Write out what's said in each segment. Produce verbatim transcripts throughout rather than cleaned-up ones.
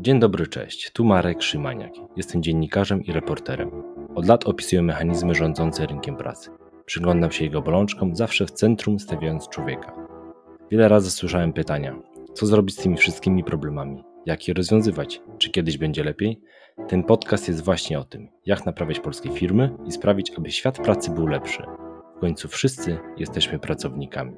Dzień dobry, cześć. Tu Marek Szymaniak. Jestem dziennikarzem i reporterem. Od lat opisuję mechanizmy rządzące rynkiem pracy. Przyglądam się jego bolączkom, zawsze w centrum stawiając człowieka. Wiele razy słyszałem pytania, co zrobić z tymi wszystkimi problemami? Jak je rozwiązywać? Czy kiedyś będzie lepiej? Ten podcast jest właśnie o tym, jak naprawiać polskie firmy i sprawić, aby świat pracy był lepszy. W końcu wszyscy jesteśmy pracownikami.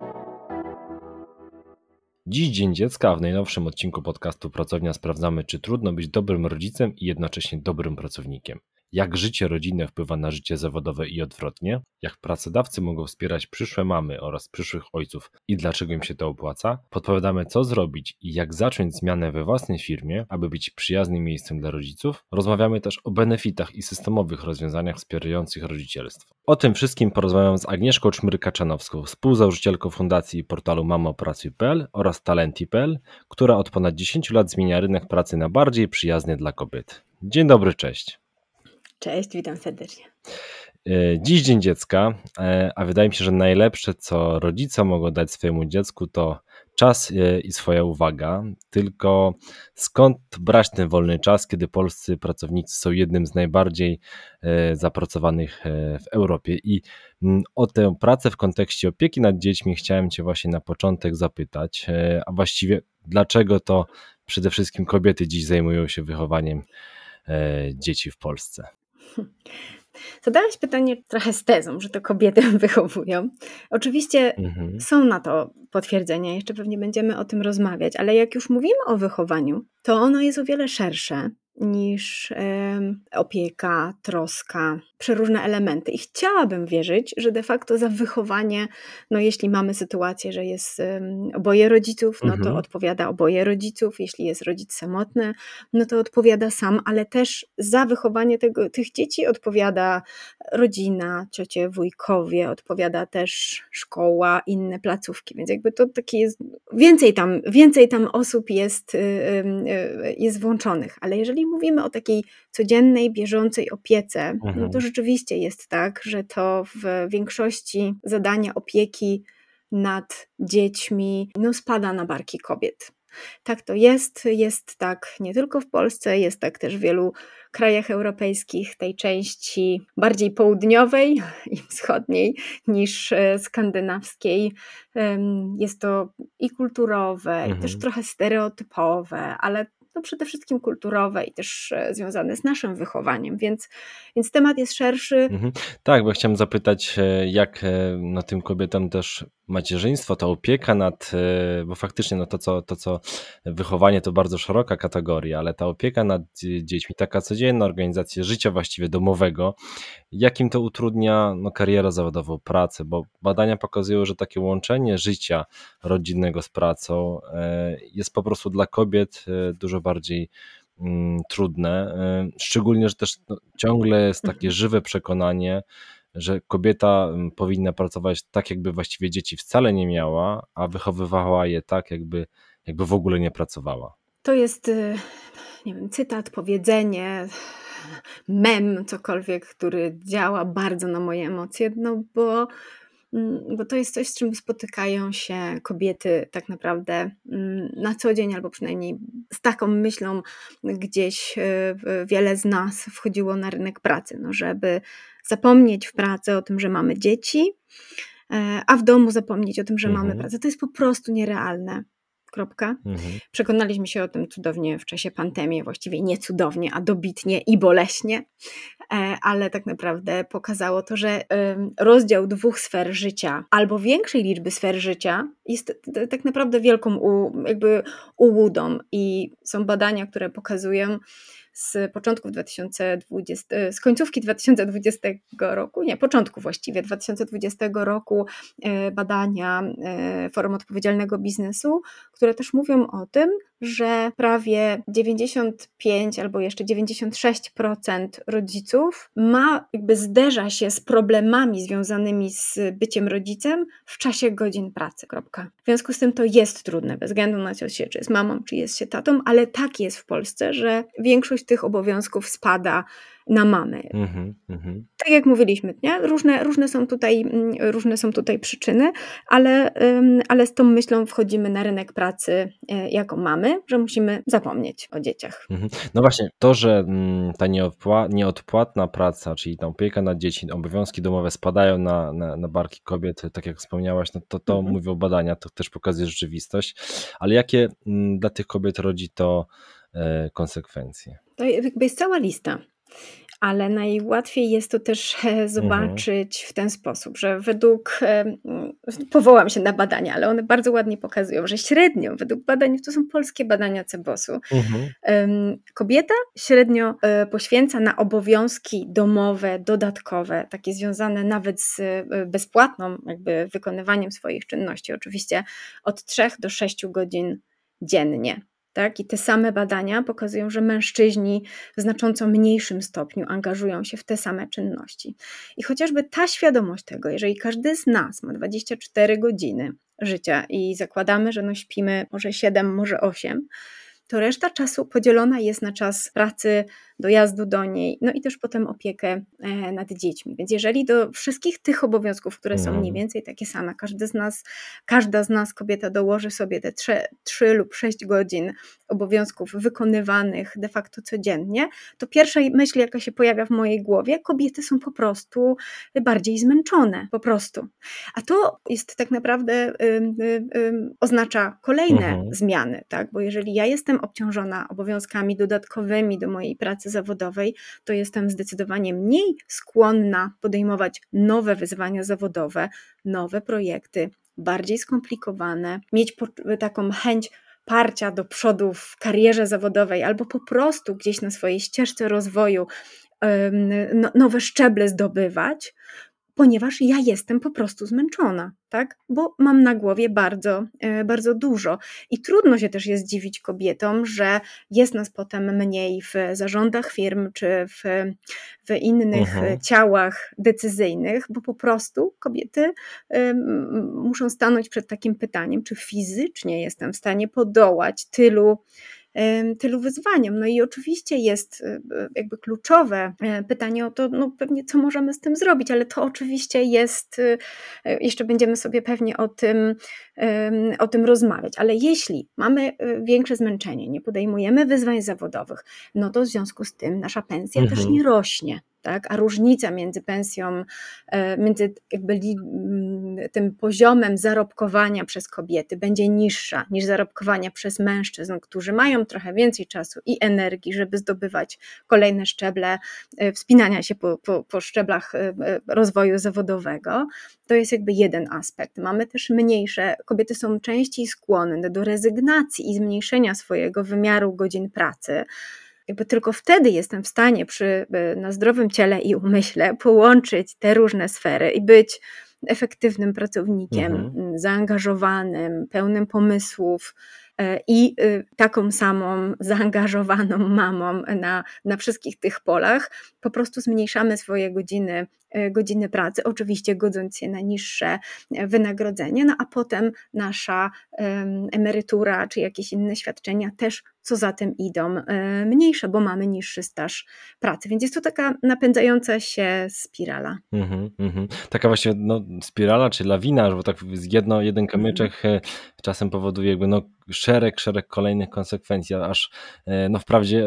Dziś Dzień Dziecka, a w najnowszym odcinku podcastu Pracownia sprawdzamy, czy trudno być dobrym rodzicem i jednocześnie dobrym pracownikiem. Jak życie rodzinne wpływa na życie zawodowe i odwrotnie, jak pracodawcy mogą wspierać przyszłe mamy oraz przyszłych ojców i dlaczego im się to opłaca, podpowiadamy, co zrobić i jak zacząć zmianę we własnej firmie, aby być przyjaznym miejscem dla rodziców. Rozmawiamy też o benefitach i systemowych rozwiązaniach wspierających rodzicielstwo. O tym wszystkim porozmawiam z Agnieszką Czmyr-Kaczanowską, współzałożycielką fundacji i portalu mamopracuj kropka p l oraz talenty kropka p l, która od ponad dziesięć lat zmienia rynek pracy na bardziej przyjazny dla kobiet. Dzień dobry, cześć. Cześć, witam serdecznie. Dziś Dzień Dziecka, a wydaje mi się, że najlepsze, co rodzice mogą dać swojemu dziecku, to czas i swoja uwaga. Tylko skąd brać ten wolny czas, kiedy polscy pracownicy są jednym z najbardziej zapracowanych w Europie? I o tę pracę w kontekście opieki nad dziećmi chciałem Cię właśnie na początek zapytać, a właściwie dlaczego to przede wszystkim kobiety dziś zajmują się wychowaniem dzieci w Polsce? Zadałaś pytanie trochę z tezą, że to kobiety wychowują. Oczywiście mhm. są na to potwierdzenia, jeszcze pewnie będziemy o tym rozmawiać, ale jak już mówimy o wychowaniu, to ono jest o wiele szersze niż e, opieka, troska, przeróżne elementy. I chciałabym wierzyć, że de facto za wychowanie, no jeśli mamy sytuację, że jest e, oboje rodziców, no mhm. to odpowiada oboje rodziców. Jeśli jest rodzic samotny, no to odpowiada sam, ale też za wychowanie tego, tych dzieci odpowiada rodzina, ciocie, wujkowie, odpowiada też szkoła, inne placówki, więc jakby to takie jest, więcej tam, więcej tam osób jest, jest włączonych, ale jeżeli mówimy o takiej codziennej, bieżącej opiece, mhm. no to rzeczywiście jest tak, że to w większości zadania opieki nad dziećmi no spada na barki kobiet. Tak to jest, jest tak nie tylko w Polsce, jest tak też w wielu krajach europejskich, tej części bardziej południowej i wschodniej niż skandynawskiej. Jest to i kulturowe, mhm. i też trochę stereotypowe, ale to przede wszystkim kulturowe i też związane z naszym wychowaniem, więc, więc temat jest szerszy. Mhm. Tak, bo chciałem zapytać, jak na tym kobietom też macierzyństwo, ta opieka nad, bo faktycznie no to, co, to co wychowanie to bardzo szeroka kategoria, ale ta opieka nad dziećmi, taka codzienna organizacja życia właściwie domowego, jakim to utrudnia no, karierę zawodową, pracę, bo badania pokazują, że takie łączenie życia rodzinnego z pracą jest po prostu dla kobiet dużo bardziej trudne, szczególnie, że też no, ciągle jest takie żywe przekonanie, że kobieta powinna pracować tak, jakby właściwie dzieci wcale nie miała, a wychowywała je tak, jakby, jakby w ogóle nie pracowała. To jest, nie wiem, cytat, powiedzenie, mem, cokolwiek, który działa bardzo na moje emocje, no bo bo to jest coś, z czym spotykają się kobiety tak naprawdę na co dzień, albo przynajmniej z taką myślą gdzieś wiele z nas wchodziło na rynek pracy, no żeby zapomnieć w pracy o tym, że mamy dzieci, a w domu zapomnieć o tym, że mhm. mamy pracę. To jest po prostu nierealne. Kropka. Mhm. Przekonaliśmy się o tym cudownie w czasie pandemii, właściwie nie cudownie, a dobitnie i boleśnie, ale tak naprawdę pokazało to, że rozdział dwóch sfer życia albo większej liczby sfer życia jest tak naprawdę wielką jakby ułudą i są badania, które pokazują z początku dwa tysiące dwudziestego, z końcówki dwa tysiące dwudziestego roku, nie, początku właściwie dwa tysiące dwudziestego roku badania Forum Odpowiedzialnego Biznesu, które też mówią o tym, że prawie dziewięćdziesiąt pięć albo jeszcze dziewięćdziesiąt sześć procent rodziców ma, jakby zderza się z problemami związanymi z byciem rodzicem w czasie godzin pracy. Kropka. W związku z tym to jest trudne, bez względu na to, czy jest mamą, czy jest się tatą, ale tak jest w Polsce, że większość tych obowiązków spada na mamy. Mhm, mhm. Tak jak mówiliśmy, nie? Różne, różne, są tutaj, różne są tutaj przyczyny, ale, ale z tą myślą wchodzimy na rynek pracy jako mamy, że musimy zapomnieć o dzieciach. Mhm. No właśnie, to, że ta nieodpła- nieodpłatna praca, czyli ta opieka nad dziećmi, obowiązki domowe spadają na, na, na barki kobiet, tak jak wspomniałaś, no to, to Mhm. mówią badania, to też pokazuje rzeczywistość, ale jakie m, dla tych kobiet rodzi to e, konsekwencje? To jakby jest cała lista. Ale najłatwiej jest to też zobaczyć w ten sposób, że według, powołam się na badania, ale one bardzo ładnie pokazują, że średnio, według badań, to są polskie badania Cebosu, Mhm. kobieta średnio poświęca na obowiązki domowe, dodatkowe, takie związane nawet z bezpłatną jakby wykonywaniem swoich czynności, oczywiście od trzech do sześciu godzin dziennie. Tak? I te same badania pokazują, że mężczyźni w znacząco mniejszym stopniu angażują się w te same czynności. I chociażby ta świadomość tego, jeżeli każdy z nas ma dwadzieścia cztery godziny życia i zakładamy, że no śpimy może siedem, może osiem, to reszta czasu podzielona jest na czas pracy, dojazdu do niej, no i też potem opiekę nad dziećmi. Więc jeżeli do wszystkich tych obowiązków, które są mniej więcej takie same, każdy z nas, każda z nas, kobieta, dołoży sobie te trzy lub sześć godzin obowiązków wykonywanych de facto codziennie, to pierwsza myśl, jaka się pojawia w mojej głowie, kobiety są po prostu bardziej zmęczone, po prostu. A to jest tak naprawdę ym, ym, oznacza kolejne Mhm. zmiany, tak? Bo jeżeli ja jestem obciążona obowiązkami dodatkowymi do mojej pracy zawodowej, to jestem zdecydowanie mniej skłonna podejmować nowe wyzwania zawodowe, nowe projekty, bardziej skomplikowane, mieć taką chęć parcia do przodu w karierze zawodowej albo po prostu gdzieś na swojej ścieżce rozwoju no, nowe szczeble zdobywać, ponieważ ja jestem po prostu zmęczona, tak? Bo mam na głowie bardzo, bardzo dużo i trudno się też jest dziwić kobietom, że jest nas potem mniej w zarządach firm czy w, w innych Mhm. ciałach decyzyjnych, bo po prostu kobiety um, muszą stanąć przed takim pytaniem, czy fizycznie jestem w stanie podołać tylu tylu wyzwaniom. No i oczywiście jest jakby kluczowe pytanie o to, no pewnie co możemy z tym zrobić, ale to oczywiście jest, jeszcze będziemy sobie pewnie o tym, o tym rozmawiać, ale jeśli mamy większe zmęczenie, nie podejmujemy wyzwań zawodowych, no to w związku z tym nasza pensja Mhm. też nie rośnie. Tak? A różnica między pensją, między jakby tym poziomem zarobkowania przez kobiety będzie niższa niż zarobkowania przez mężczyzn, którzy mają trochę więcej czasu i energii, żeby zdobywać kolejne szczeble, wspinania się po, po, po szczeblach rozwoju zawodowego. To jest jakby jeden aspekt. Mamy też mniejsze, kobiety są częściej skłonne do rezygnacji i zmniejszenia swojego wymiaru godzin pracy. Jakby tylko wtedy jestem w stanie przy, na zdrowym ciele i umyśle połączyć te różne sfery i być efektywnym pracownikiem, Mhm. zaangażowanym, pełnym pomysłów i taką samą zaangażowaną mamą na, na wszystkich tych polach. Po prostu zmniejszamy swoje godziny, godziny pracy, oczywiście godząc się na niższe wynagrodzenie, no a potem nasza emerytura czy jakieś inne świadczenia też co za tym idą mniejsze, bo mamy niższy staż pracy. Więc jest to taka napędzająca się spirala. Mhm, mhm. Taka właśnie no, spirala czy lawina, bo tak jedno, jeden kamyczek mhm. czasem powoduje jakby no, szereg, szereg kolejnych konsekwencji, aż no wprawdzie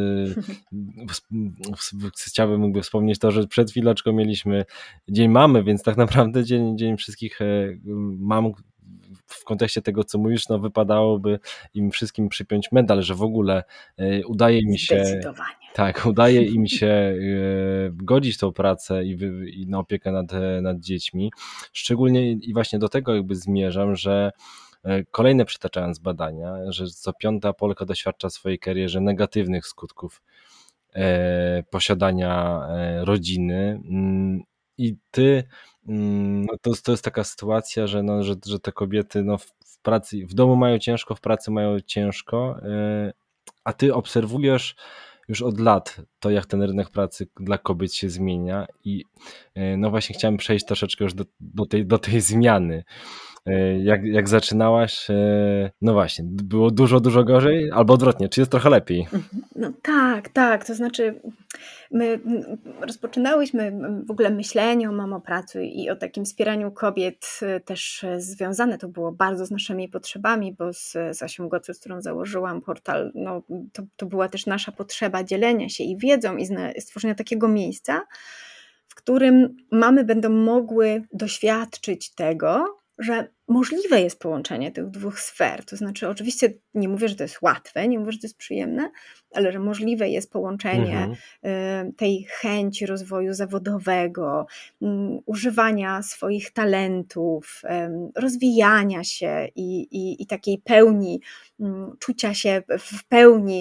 chciałbym jakby wspomnieć to, że przed chwileczką mieliśmy Dzień Mamy, więc tak naprawdę dzień, dzień wszystkich mam w kontekście tego, co mówisz, no wypadałoby im wszystkim przypiąć medal, że w ogóle udaje mi się tak, udaje im się godzić tą pracę i, wy, i na opiekę nad, nad dziećmi. Szczególnie i właśnie do tego jakby zmierzam, że kolejne przytaczając badania, że co piąta Polka doświadcza w swojej karierze negatywnych skutków e, posiadania rodziny i ty no to, to jest taka sytuacja, że, no, że, że te kobiety no, w pracy, w domu mają ciężko, w pracy mają ciężko, a ty obserwujesz już od lat to, jak ten rynek pracy dla kobiet się zmienia i no właśnie chciałem przejść troszeczkę już do, do, tej, do tej zmiany. Jak, jak zaczynałaś, no właśnie, było dużo, dużo gorzej albo odwrotnie, czy jest trochę lepiej? No tak, tak, to znaczy My rozpoczynałyśmy w ogóle myślenie o Mamo-Pracuj i o takim wspieraniu kobiet też związane to było bardzo z naszymi potrzebami, bo z, z Asią Gocu, z którą założyłam portal, no, to, to była też nasza potrzeba dzielenia się i wiedzą i zna, stworzenia takiego miejsca, w którym mamy będą mogły doświadczyć tego, że możliwe jest połączenie tych dwóch sfer. To znaczy, oczywiście nie mówię, że to jest łatwe, nie mówię, że to jest przyjemne, ale że możliwe jest połączenie mhm. tej chęci rozwoju zawodowego, używania swoich talentów, rozwijania się i, i, i takiej pełni, czucia się w pełni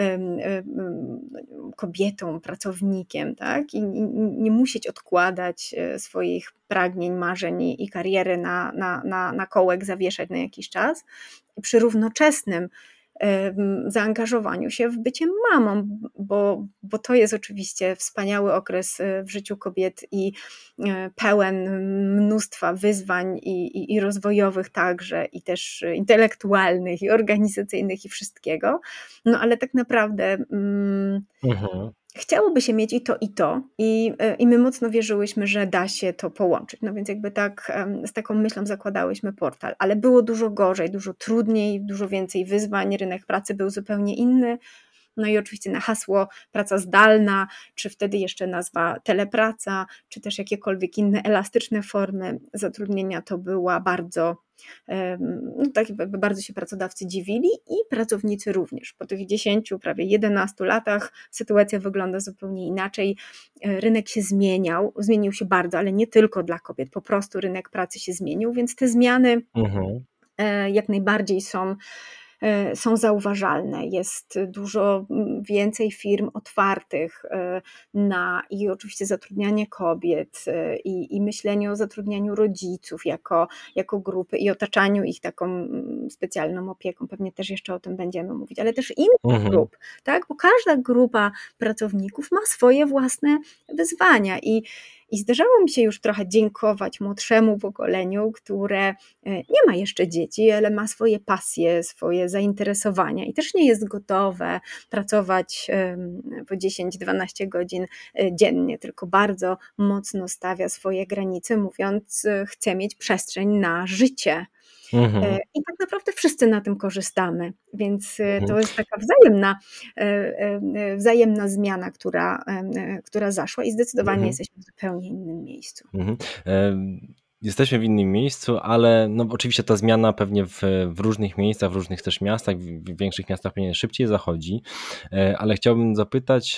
kobietą, pracownikiem, tak? I nie musieć odkładać swoich pragnień, marzeń i kariery na, na, na, na kołek zawieszać na jakiś czas. I przy równoczesnym zaangażowaniu się w bycie mamą, bo, bo to jest oczywiście wspaniały okres w życiu kobiet i pełen mnóstwa wyzwań i, i, i rozwojowych także, i też intelektualnych, i organizacyjnych, i wszystkiego. No ale tak naprawdę mm, mhm. chciałoby się mieć i to, i to. I, I my mocno wierzyłyśmy, że da się to połączyć. No więc jakby tak z taką myślą zakładałyśmy portal, ale było dużo gorzej, dużo trudniej, dużo więcej wyzwań, rynek pracy był zupełnie inny. No i oczywiście na hasło praca zdalna, czy wtedy jeszcze nazwa telepraca, czy też jakiekolwiek inne elastyczne formy zatrudnienia, to była bardzo, no tak, bardzo się pracodawcy dziwili i pracownicy również. Po tych dziesięciu, prawie jedenastu latach sytuacja wygląda zupełnie inaczej. Rynek się zmieniał, zmienił się bardzo, ale nie tylko dla kobiet, po prostu rynek pracy się zmienił, więc te zmiany mhm. jak najbardziej są są zauważalne. Jest dużo więcej firm otwartych na i oczywiście zatrudnianie kobiet i, i myślenie o zatrudnianiu rodziców jako, jako grupy i otaczaniu ich taką specjalną opieką. Pewnie też jeszcze o tym będziemy mówić, ale też innych mhm. grup, tak? Bo każda grupa pracowników ma swoje własne wyzwania i I zdarzało mi się już trochę dziękować młodszemu pokoleniu, które nie ma jeszcze dzieci, ale ma swoje pasje, swoje zainteresowania i też nie jest gotowe pracować po dziesięć dwanaście godzin dziennie, tylko bardzo mocno stawia swoje granice, mówiąc, chce mieć przestrzeń na życie. Mhm. I tak naprawdę wszyscy na tym korzystamy, więc mhm. to jest taka wzajemna, wzajemna zmiana, która, która zaszła i zdecydowanie mhm. jesteśmy w zupełnie innym miejscu. Mhm. Jesteśmy w innym miejscu, ale no oczywiście ta zmiana pewnie w, w różnych miejscach, w różnych też miastach, w, w większych miastach pewnie szybciej zachodzi, ale chciałbym zapytać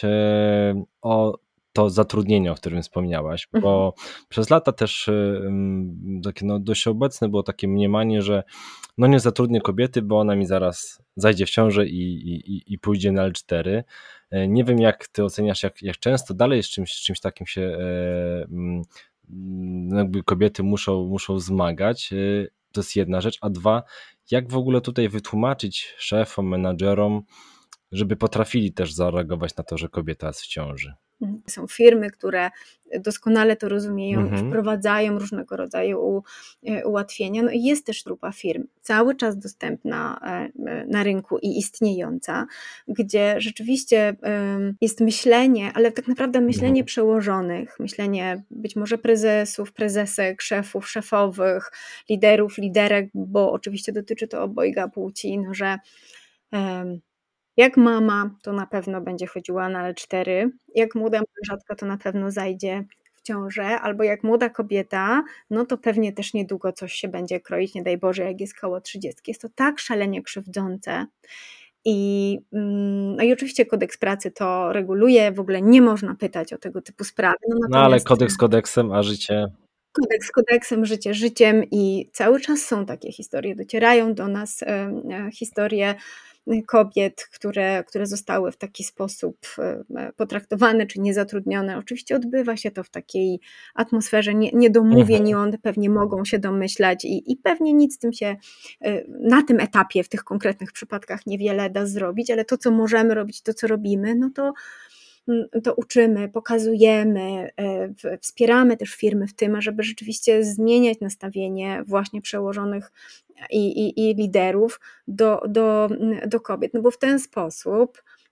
o to zatrudnienie, o którym wspomniałaś, bo mhm. przez lata też takie no, dość obecne było takie mniemanie, że no nie zatrudnię kobiety, bo ona mi zaraz zajdzie w ciążę i, i, i pójdzie na L cztery. Nie wiem, jak ty oceniasz, jak, jak często dalej z czymś, czymś takim się e, jakby kobiety muszą, muszą zmagać. To jest jedna rzecz, a dwa, jak w ogóle tutaj wytłumaczyć szefom, menadżerom, żeby potrafili też zareagować na to, że kobieta jest w ciąży. Są firmy, które doskonale to rozumieją, mhm. wprowadzają różnego rodzaju u, ułatwienia. No i jest też grupa firm cały czas dostępna na rynku i istniejąca, gdzie rzeczywiście jest myślenie, ale tak naprawdę myślenie mhm. przełożonych, myślenie być może prezesów, prezesek, szefów, szefowych, liderów, liderek, bo oczywiście dotyczy to obojga płci, no że um, jak mama, to na pewno będzie chodziła na L cztery, jak młoda mężatka, to na pewno zajdzie w ciążę, albo jak młoda kobieta, no to pewnie też niedługo coś się będzie kroić, nie daj Boże, jak jest koło trzydziestki. Jest to tak szalenie krzywdzące. I, no i oczywiście kodeks pracy to reguluje, w ogóle nie można pytać o tego typu sprawy. No, no ale kodeks kodeksem, a życie... Kodeks kodeksem, życie życiem i cały czas są takie historie, docierają do nas e, historie kobiet, które, które zostały w taki sposób potraktowane czy niezatrudnione. Oczywiście odbywa się to w takiej atmosferze niedomówień mhm. i one pewnie mogą się domyślać i, i pewnie nic z tym się na tym etapie, w tych konkretnych przypadkach niewiele da zrobić, ale to, co możemy robić, to, co robimy, no to to uczymy, pokazujemy, wspieramy też firmy w tym, żeby rzeczywiście zmieniać nastawienie właśnie przełożonych i, i, i liderów do, do, do kobiet, no bo w ten sposób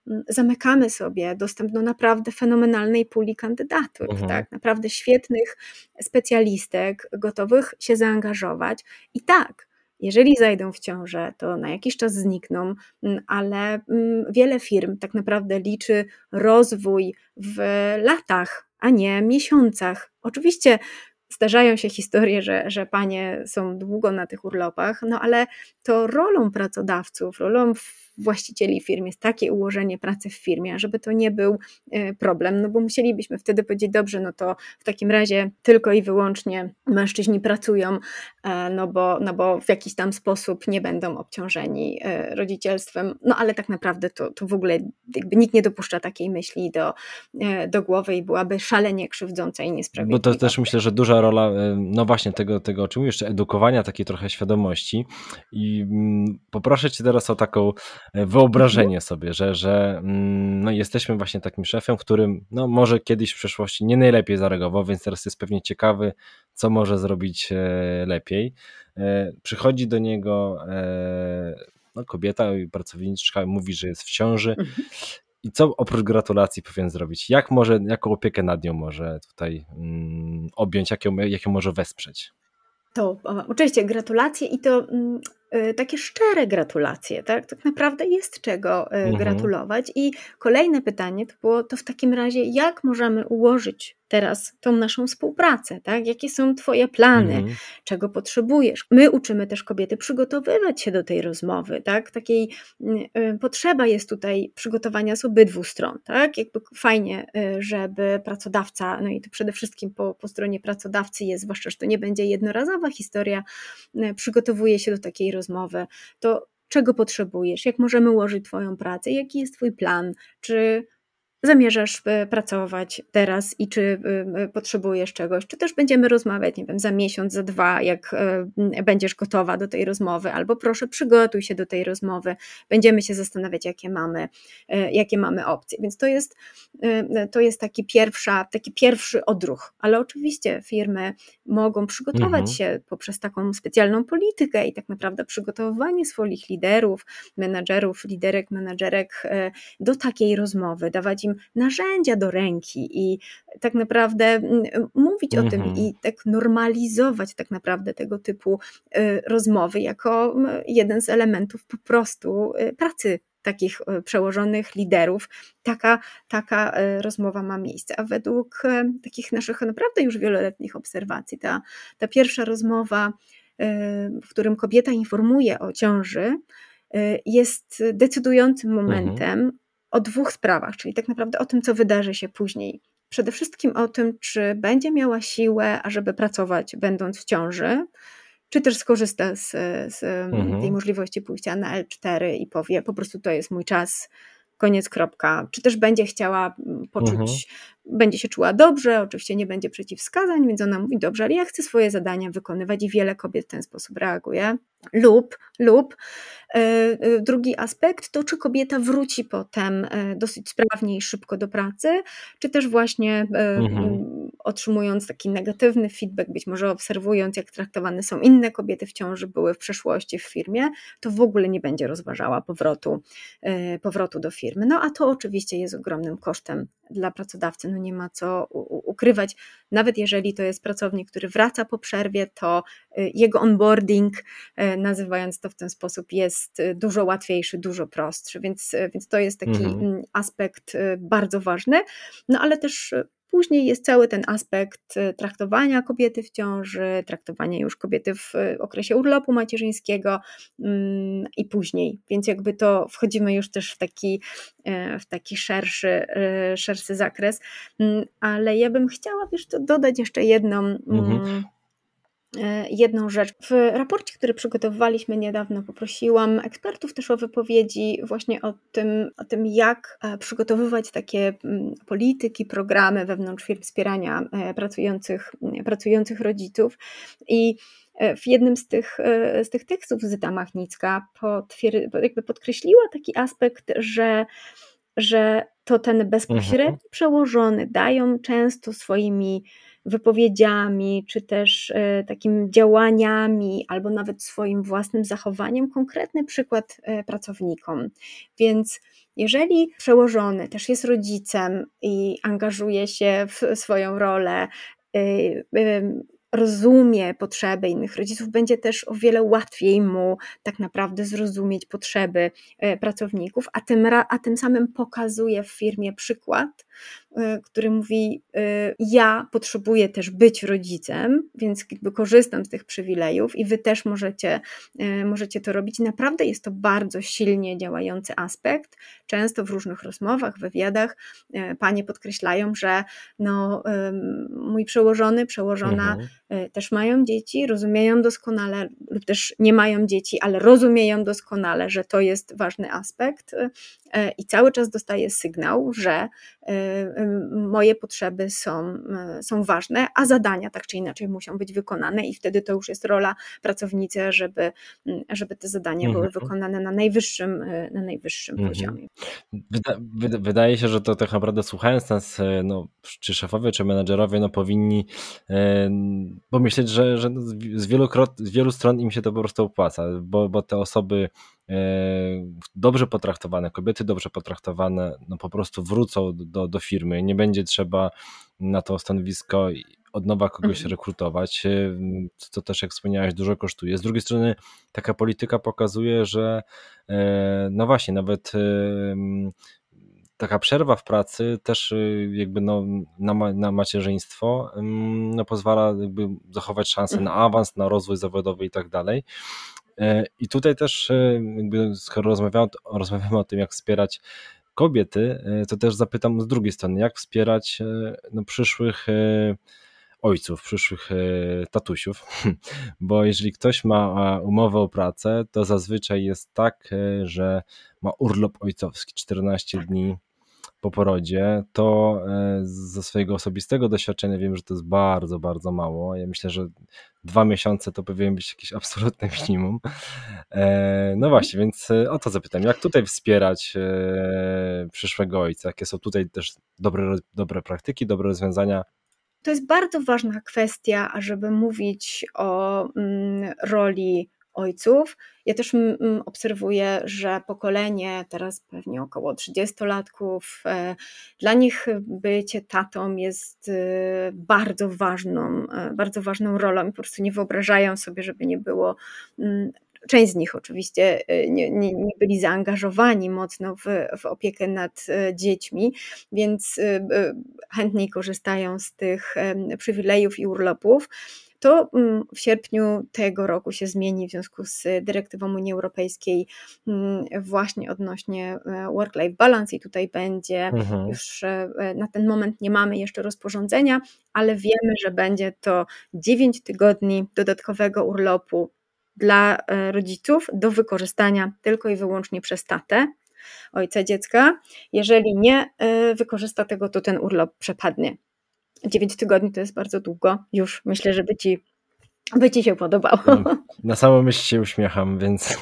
zamykamy sobie dostęp do naprawdę fenomenalnej puli kandydatów, Mhm. tak? Naprawdę świetnych specjalistek, gotowych się zaangażować. I tak, jeżeli zajdą w ciążę, to na jakiś czas znikną, ale wiele firm tak naprawdę liczy rozwój w latach, a nie miesiącach. Oczywiście zdarzają się historie, że, że panie są długo na tych urlopach, no ale to rolą pracodawców, rolą właścicieli firm jest takie ułożenie pracy w firmie, żeby to nie był problem, no bo musielibyśmy wtedy powiedzieć, dobrze, no to w takim razie tylko i wyłącznie mężczyźni pracują, no bo, no bo w jakiś tam sposób nie będą obciążeni rodzicielstwem, no ale tak naprawdę to, to w ogóle jakby nikt nie dopuszcza takiej myśli do, do głowy i byłaby szalenie krzywdząca i niesprawiedliwa. Bo to też myślę, że duża rola, no właśnie tego, tego o czym mówisz, jeszcze edukowania, takiej trochę świadomości i poproszę cię teraz o taką wyobrażenie sobie, że, że no jesteśmy właśnie takim szefem, którym no może kiedyś w przeszłości nie najlepiej zareagował, więc teraz jest pewnie ciekawy, co może zrobić lepiej. Przychodzi do niego no, kobieta i pracowniczka, mówi, że jest w ciąży. Mhm. I co oprócz gratulacji powinien zrobić? Jak może, jaką opiekę nad nią może tutaj mm, objąć, jak ją, jak ją może wesprzeć? To oczywiście gratulacje i to mm, y, takie szczere gratulacje, tak? Tak naprawdę jest czego y, mhm. gratulować. I kolejne pytanie to było to w takim razie, jak możemy ułożyć teraz tą naszą współpracę, tak? Jakie są twoje plany, mhm. czego potrzebujesz? My uczymy też kobiety przygotowywać się do tej rozmowy, tak? Takiej y, potrzeba jest tutaj przygotowania z obydwu stron, tak? Jakby fajnie, y, żeby pracodawca, no i to przede wszystkim po, po stronie pracodawcy jest, zwłaszcza, że to nie będzie jednorazowa historia, y, przygotowuje się do takiej rozmowy, to czego potrzebujesz? Jak możemy ułożyć twoją pracę? Jaki jest twój plan? Czy zamierzasz pracować teraz i czy potrzebujesz czegoś, czy też będziemy rozmawiać, nie wiem, za miesiąc, za dwa, jak będziesz gotowa do tej rozmowy, albo proszę przygotuj się do tej rozmowy, będziemy się zastanawiać, jakie mamy, jakie mamy opcje, więc to jest, to jest taki, pierwsza, taki pierwszy odruch, ale oczywiście firmy mogą przygotować mhm. się poprzez taką specjalną politykę i tak naprawdę przygotowywanie swoich liderów, menadżerów, liderek, menadżerek do takiej rozmowy, dawać im narzędzia do ręki i tak naprawdę mówić mm-hmm. o tym i tak normalizować tak naprawdę tego typu rozmowy jako jeden z elementów po prostu pracy takich przełożonych liderów. Taka, taka rozmowa ma miejsce, a według takich naszych naprawdę już wieloletnich obserwacji ta, ta pierwsza rozmowa, w którym kobieta informuje o ciąży, jest decydującym momentem mm-hmm. o dwóch sprawach, czyli tak naprawdę o tym, co wydarzy się później. Przede wszystkim o tym, czy będzie miała siłę, ażeby pracować będąc w ciąży, czy też skorzysta z, z mhm. tej możliwości pójścia na el cztery i powie, po prostu to jest mój czas, koniec, kropka. Czy też będzie chciała poczuć, mhm. będzie się czuła dobrze, oczywiście nie będzie przeciwwskazań, więc ona mówi, dobrze, ale ja chcę swoje zadania wykonywać i wiele kobiet w ten sposób reaguje. Lub, lub yy, drugi aspekt to, czy kobieta wróci potem yy, dosyć sprawnie i szybko do pracy, czy też właśnie yy, mhm. otrzymując taki negatywny feedback, być może obserwując, jak traktowane są inne kobiety w ciąży, były w przeszłości w firmie, to w ogóle nie będzie rozważała powrotu, yy, powrotu do firmy. No a to oczywiście jest ogromnym kosztem dla pracodawcy, no nie ma co u- ukrywać, nawet jeżeli to jest pracownik, który wraca po przerwie, to yy, jego onboarding, yy, nazywając to w ten sposób, jest dużo łatwiejszy, dużo prostszy, więc, więc to jest taki mhm. aspekt bardzo ważny, no ale też później jest cały ten aspekt traktowania kobiety w ciąży, traktowania już kobiety w okresie urlopu macierzyńskiego mm, i później, więc jakby to wchodzimy już też w taki, w taki szerszy, szerszy zakres, ale ja bym chciała, wiesz, to dodać jeszcze jedną mhm. jedną rzecz. W raporcie, który przygotowywaliśmy niedawno, poprosiłam ekspertów też o wypowiedzi właśnie o tym, o tym jak przygotowywać takie polityki, programy wewnątrz firm wspierania pracujących, pracujących rodziców i w jednym z tych, z tych tekstów Zyta Machnicka potwier- jakby podkreśliła taki aspekt, że że to ten bezpośredni mhm. przełożony dają często swoimi wypowiedziami, czy też takimi działaniami, albo nawet swoim własnym zachowaniem konkretny przykład pracownikom. Więc jeżeli przełożony też jest rodzicem i angażuje się w swoją rolę, rozumie potrzeby innych rodziców, będzie też o wiele łatwiej mu tak naprawdę zrozumieć potrzeby pracowników, a tym, a tym samym pokazuje w firmie przykład, który mówi: ja potrzebuję też być rodzicem, więc jakby korzystam z tych przywilejów i wy też możecie, możecie to robić. Naprawdę jest to bardzo silnie działający aspekt. Często w różnych rozmowach, wywiadach panie podkreślają, że no, mój przełożony, przełożona mhm. też mają dzieci, rozumieją doskonale, lub też nie mają dzieci, ale rozumieją doskonale, że to jest ważny aspekt i cały czas dostaję sygnał, że moje potrzeby są, są ważne, a zadania tak czy inaczej muszą być wykonane i wtedy to już jest rola pracownicy, żeby, żeby te zadania mhm. były wykonane na najwyższym, na najwyższym mhm. poziomie. Wyda, wyda, wydaje się, że to tak naprawdę słuchając nas, no, czy szefowie, czy menadżerowie, no, powinni e, pomyśleć, że, że z, wielukrot, z wielu stron im się to po prostu opłaca, bo, bo te osoby e, dobrze potraktowane, kobiety dobrze potraktowane, no po prostu wrócą do, do firmy, nie będzie trzeba na to stanowisko od nowa kogoś mhm. rekrutować, co też, jak wspomniałaś, dużo kosztuje. Z drugiej strony taka polityka pokazuje, że no właśnie, nawet taka przerwa w pracy też jakby no, na, na macierzyństwo no, pozwala jakby zachować szansę na awans, na rozwój zawodowy i tak dalej. I tutaj też jakby skoro rozmawiamy, rozmawiamy o tym, jak wspierać kobiety, to też zapytam z drugiej strony, jak wspierać no, przyszłych ojców, przyszłych tatusiów, bo jeżeli ktoś ma umowę o pracę, to zazwyczaj jest tak, że ma urlop ojcowski czternaście dni po porodzie, to ze swojego osobistego doświadczenia wiem, że to jest bardzo, bardzo mało. Ja myślę, że dwa miesiące to powinien być jakieś absolutne minimum. No właśnie, więc o to zapytam, jak tutaj wspierać przyszłego ojca? Jakie są tutaj też dobre, dobre praktyki, dobre rozwiązania? To jest bardzo ważna kwestia, ażeby mówić o mm, roli ojców. Ja też mm, obserwuję, że pokolenie, teraz pewnie około trzydziestolatków, e, dla nich bycie tatą jest e, bardzo ważną, e, bardzo ważną rolą i po prostu nie wyobrażają sobie, żeby nie było. Mm, Część z nich oczywiście nie, nie, nie byli zaangażowani mocno w, w opiekę nad dziećmi, więc chętniej korzystają z tych przywilejów i urlopów. To w sierpniu tego roku się zmieni w związku z dyrektywą Unii Europejskiej właśnie odnośnie work-life balance i tutaj będzie mhm. już na ten moment nie mamy jeszcze rozporządzenia, ale wiemy, że będzie to dziewięć tygodni dodatkowego urlopu dla rodziców do wykorzystania tylko i wyłącznie przez tatę, ojca dziecka. Jeżeli nie wykorzysta tego, to ten urlop przepadnie. dziewięć tygodni to jest bardzo długo. Już myślę, że by ci, by ci się podobało. Na samą myśl się uśmiecham, więc...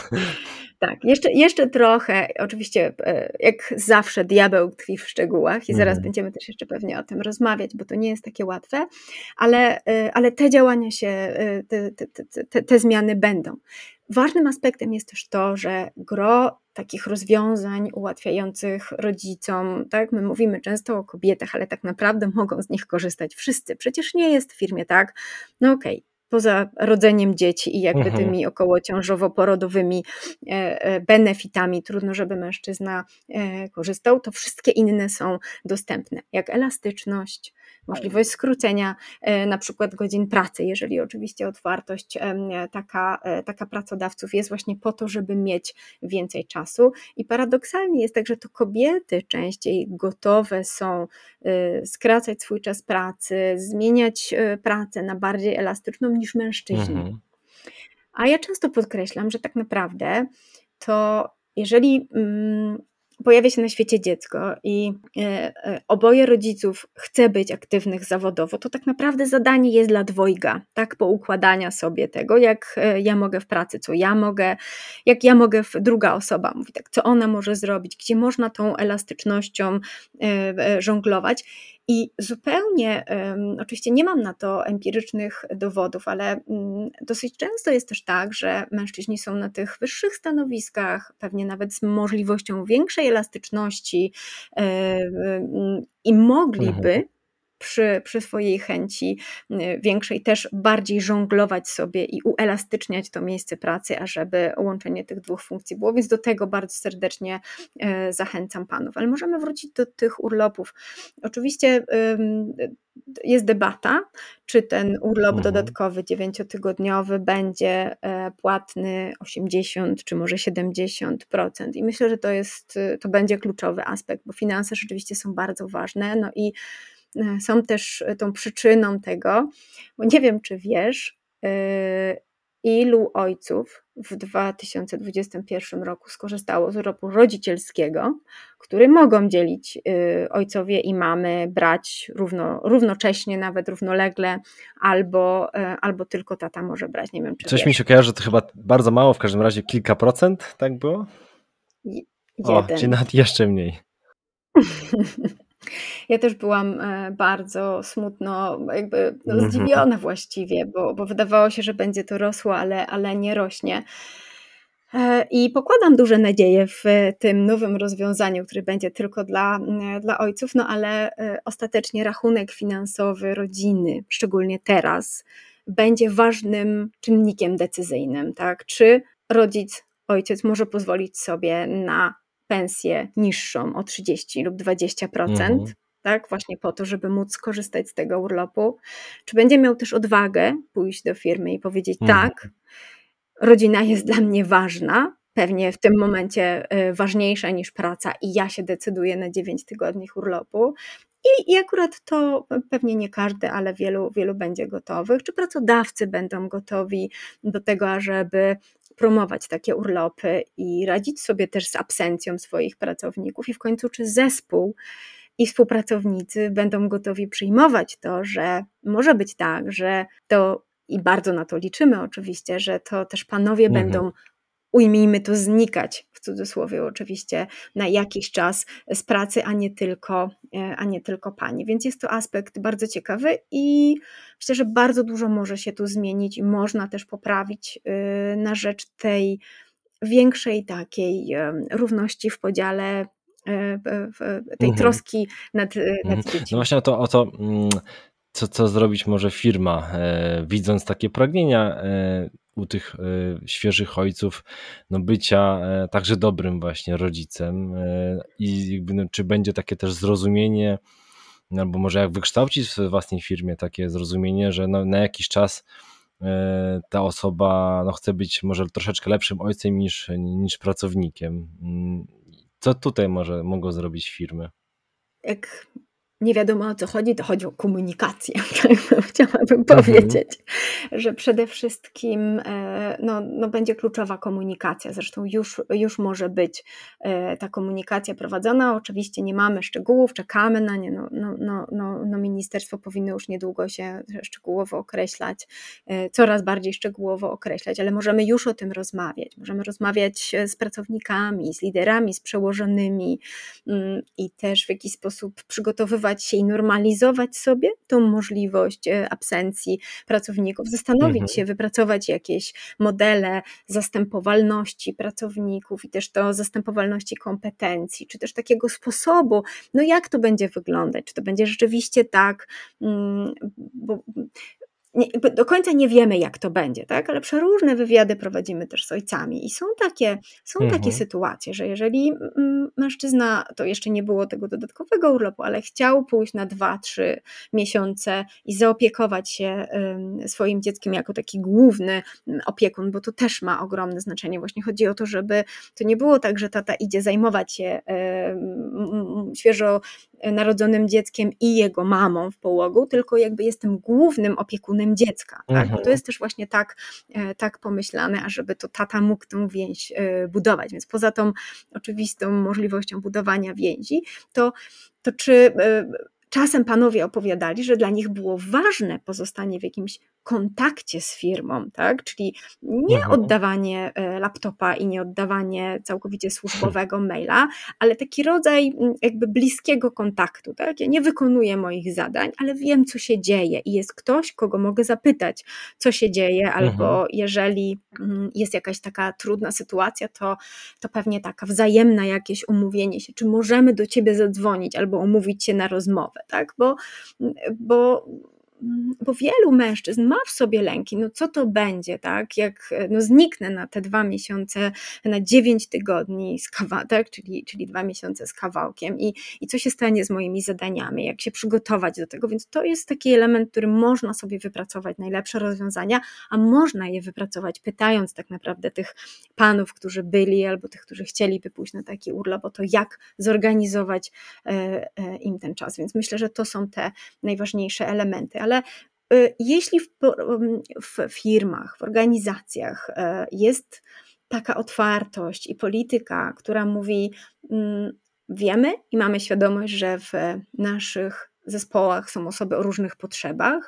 Tak, jeszcze, jeszcze trochę, oczywiście jak zawsze diabeł tkwi w szczegółach i zaraz mm. będziemy też jeszcze pewnie o tym rozmawiać, bo to nie jest takie łatwe, ale, ale te działania się, te, te, te, te zmiany będą. Ważnym aspektem jest też to, że gro takich rozwiązań ułatwiających rodzicom, tak, my mówimy często o kobietach, ale tak naprawdę mogą z nich korzystać wszyscy. Przecież nie jest w firmie tak, no okej, okay, poza rodzeniem dzieci i jakby mhm. tymi okołociążowo-porodowymi benefitami, trudno, żeby mężczyzna korzystał, to wszystkie inne są dostępne, jak elastyczność, możliwość skrócenia na przykład godzin pracy, jeżeli oczywiście otwartość taka, taka pracodawców jest właśnie po to, żeby mieć więcej czasu i paradoksalnie jest tak, że to kobiety częściej gotowe są skracać swój czas pracy, zmieniać pracę na bardziej elastyczną niż mężczyźni. Mhm. A ja często podkreślam, że tak naprawdę to jeżeli mm, pojawia się na świecie dziecko i e, e, oboje rodziców chce być aktywnych zawodowo, to tak naprawdę zadanie jest dla dwojga, tak, poukładania sobie tego, jak e, ja mogę w pracy, co ja mogę, jak ja mogę, w, druga osoba mówi tak, co ona może zrobić, gdzie można tą elastycznością e, e, żonglować. I zupełnie, um, oczywiście nie mam na to empirycznych dowodów, ale um, dosyć często jest też tak, że mężczyźni są na tych wyższych stanowiskach, pewnie nawet z możliwością większej elastyczności um, i mogliby Mhm. przy, przy swojej chęci większej też bardziej żonglować sobie i uelastyczniać to miejsce pracy, ażeby łączenie tych dwóch funkcji było, więc do tego bardzo serdecznie zachęcam panów. Ale możemy wrócić do tych urlopów. Oczywiście jest debata, czy ten urlop Mhm. dodatkowy dziewięciotygodniowy będzie płatny osiemdziesiąt czy może siedemdziesiąt procent i myślę, że to jest, to będzie kluczowy aspekt, bo finanse rzeczywiście są bardzo ważne, no i są też tą przyczyną tego, bo nie wiem, czy wiesz, ilu ojców w dwa tysiące dwudziestym pierwszym roku skorzystało z urlopu rodzicielskiego, który mogą dzielić ojcowie i mamy, brać równo, równocześnie, nawet równolegle, albo, albo tylko tata może brać. Nie wiem, czy Coś wiesz. mi się kojarzy, że to chyba bardzo mało, w każdym razie kilka procent, tak było? O, czyli Jeden. nawet jeszcze mniej. Ja też byłam bardzo smutno, jakby no, Mhm. zdziwiona właściwie, bo, bo wydawało się, że będzie to rosło, ale, ale nie rośnie. I pokładam duże nadzieje w tym nowym rozwiązaniu, które będzie tylko dla, dla ojców, no ale ostatecznie rachunek finansowy rodziny, szczególnie teraz, będzie ważnym czynnikiem decyzyjnym, tak? Czy rodzic, ojciec może pozwolić sobie na pensję niższą o trzydzieści lub dwadzieścia procent, Mhm. tak? Właśnie po to, żeby móc skorzystać z tego urlopu. Czy będzie miał też odwagę pójść do firmy i powiedzieć Mhm. tak, rodzina jest dla mnie ważna, pewnie w tym momencie ważniejsza niż praca i ja się decyduję na dziewięć tygodni urlopu. I, I akurat to pewnie nie każdy, ale wielu, wielu będzie gotowych. Czy pracodawcy będą gotowi do tego, ażeby promować takie urlopy i radzić sobie też z absencją swoich pracowników i w końcu czy zespół i współpracownicy będą gotowi przyjmować to, że może być tak, że to i bardzo na to liczymy oczywiście, że to też panowie Mhm. będą, ujmijmy to, znikać, w cudzysłowie oczywiście, na jakiś czas z pracy, a nie tylko, a nie tylko panie. Więc jest to aspekt bardzo ciekawy i myślę, że bardzo dużo może się tu zmienić i można też poprawić na rzecz tej większej takiej równości w podziale, tej Mhm. troski nad, Mhm. nad No dziećmi. właśnie o to, o to co, co zrobić może firma, e, widząc takie pragnienia e, u tych e, świeżych ojców, no bycia e, także dobrym właśnie rodzicem e, i jakby, no, czy będzie takie też zrozumienie, albo może jak wykształcić w własnej firmie takie zrozumienie, że no, na jakiś czas e, ta osoba no, chce być może troszeczkę lepszym ojcem niż, niż pracownikiem. Co tutaj może mogą zrobić firmy? Jak nie wiadomo, o co chodzi, to chodzi o komunikację. Tak chciałabym Mhm. powiedzieć, że przede wszystkim no, no będzie kluczowa komunikacja. Zresztą już, już może być ta komunikacja prowadzona. Oczywiście nie mamy szczegółów, czekamy na nie. No, no, no, no, no ministerstwo powinno już niedługo się szczegółowo określać, coraz bardziej szczegółowo określać, ale możemy już o tym rozmawiać. Możemy rozmawiać z pracownikami, z liderami, z przełożonymi i też w jakiś sposób przygotowywać się i normalizować sobie tą możliwość absencji pracowników, zastanowić Mhm. się, wypracować jakieś modele zastępowalności pracowników i też to zastępowalności kompetencji, czy też takiego sposobu, no jak to będzie wyglądać, czy to będzie rzeczywiście tak, bo nie, do końca nie wiemy, jak to będzie, tak? Ale przeróżne wywiady prowadzimy też z ojcami i są takie, są Mhm. takie sytuacje, że jeżeli mężczyzna, to jeszcze nie było tego dodatkowego urlopu, ale chciał pójść na dwa, trzy miesiące i zaopiekować się swoim dzieckiem jako taki główny opiekun, bo to też ma ogromne znaczenie. Właśnie chodzi o to, żeby to nie było tak, że tata idzie zajmować się świeżo narodzonym dzieckiem i jego mamą w połogu, tylko jakby jestem głównym opiekunem dziecka, tak? Bo to jest też właśnie tak, tak pomyślane, ażeby to tata mógł tę więź budować, więc poza tą oczywistą możliwością budowania więzi, to, to czy czasem panowie opowiadali, że dla nich było ważne pozostanie w jakimś kontakcie z firmą, tak? Czyli nie Mhm. oddawanie e, laptopa i nie oddawanie całkowicie służbowego maila, ale taki rodzaj mm, jakby bliskiego kontaktu, tak? Ja nie wykonuję moich zadań, ale wiem, co się dzieje i jest ktoś, kogo mogę zapytać, co się dzieje, Mhm. albo jeżeli mm, jest jakaś taka trudna sytuacja, to, to pewnie taka wzajemna jakieś umówienie się, czy możemy do ciebie zadzwonić albo umówić się na rozmowę, tak? Bo, bo bo wielu mężczyzn ma w sobie lęki, no co to będzie, tak, jak no zniknę na te dwa miesiące, na dziewięć tygodni z kawa, tak? czyli, czyli dwa miesiące z kawałkiem i, i co się stanie z moimi zadaniami, jak się przygotować do tego, więc to jest taki element, który można sobie wypracować najlepsze rozwiązania, a można je wypracować pytając tak naprawdę tych panów, którzy byli albo tych, którzy chcieliby pójść na taki urlop, o to jak zorganizować e, e, im ten czas, więc myślę, że to są te najważniejsze elementy, ale ale jeśli w, w firmach, w organizacjach jest taka otwartość i polityka, która mówi, wiemy i mamy świadomość, że w naszych zespołach są osoby o różnych potrzebach,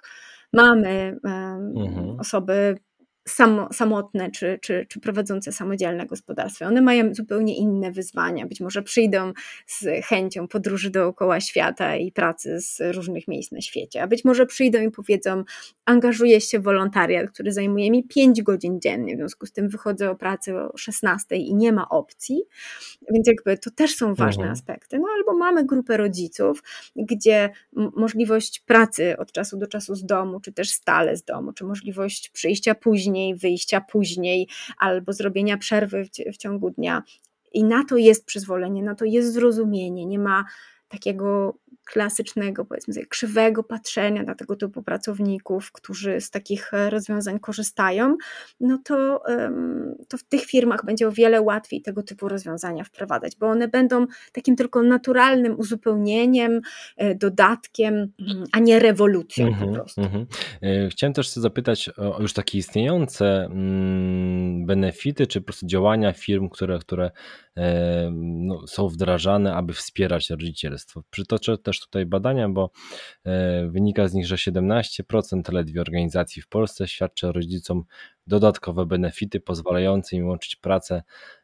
mamy Mhm. osoby samo, samotne czy, czy, czy prowadzące samodzielne gospodarstwa. One mają zupełnie inne wyzwania. Być może przyjdą z chęcią podróży dookoła świata i pracy z różnych miejsc na świecie, a być może przyjdą i powiedzą, angażuję się w wolontariat, który zajmuje mi pięć godzin dziennie, w związku z tym wychodzę o pracy o szesnastej i nie ma opcji, więc jakby to też są ważne Mhm. aspekty. No albo mamy grupę rodziców, gdzie m- możliwość pracy od czasu do czasu z domu, czy też stale z domu, czy możliwość przyjścia później, wyjścia później, albo zrobienia przerwy w, cie- w ciągu dnia. I na to jest przyzwolenie, na to jest zrozumienie, nie ma takiego klasycznego, powiedzmy sobie, krzywego patrzenia na tego typu pracowników, którzy z takich rozwiązań korzystają, no to, to w tych firmach będzie o wiele łatwiej tego typu rozwiązania wprowadzać, bo one będą takim tylko naturalnym uzupełnieniem, dodatkiem, a nie rewolucją po Mhm, prostu. mhm. E, Chciałem też zapytać o już takie istniejące mm, benefity, czy po prostu działania firm, które, które e, no, są wdrażane, aby wspierać rodzicielstwo. Przytoczę też tutaj badania, bo e, wynika z nich, że siedemnaście procent ledwie organizacji w Polsce świadczy rodzicom dodatkowe benefity pozwalające im łączyć pracę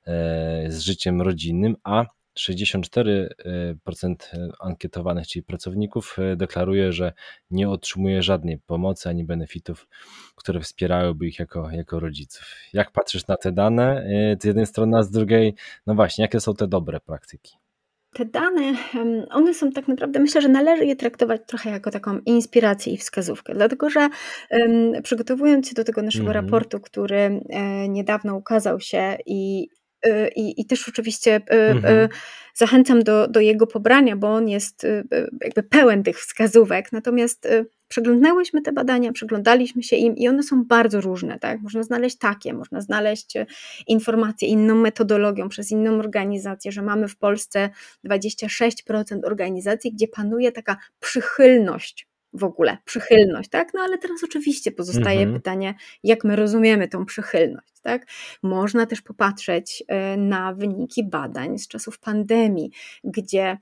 e, z życiem rodzinnym, a sześćdziesiąt cztery procent ankietowanych, czyli pracowników, deklaruje, że nie otrzymuje żadnej pomocy ani benefitów, które wspierałyby ich jako, jako rodziców. Jak patrzysz na te dane z jednej strony, a z drugiej, no właśnie, jakie są te dobre praktyki? Te dane, one są tak naprawdę, myślę, że należy je traktować trochę jako taką inspirację i wskazówkę, dlatego że um, przygotowując się do tego naszego Mhm, raportu, który e, niedawno ukazał się i, e, i, i też oczywiście e, e, mhm, zachęcam do, do jego pobrania, bo on jest e, jakby pełen tych wskazówek, natomiast e, przeglądnęłyśmy te badania, przyglądaliśmy się im i one są bardzo różne, tak? Można znaleźć takie, można znaleźć informacje inną metodologią przez inną organizację, że mamy w Polsce dwadzieścia sześć procent organizacji, gdzie panuje taka przychylność w ogóle, przychylność, tak? No ale teraz oczywiście pozostaje mhm, pytanie, jak my rozumiemy tą przychylność, tak? Można też popatrzeć na wyniki badań z czasów pandemii, gdzie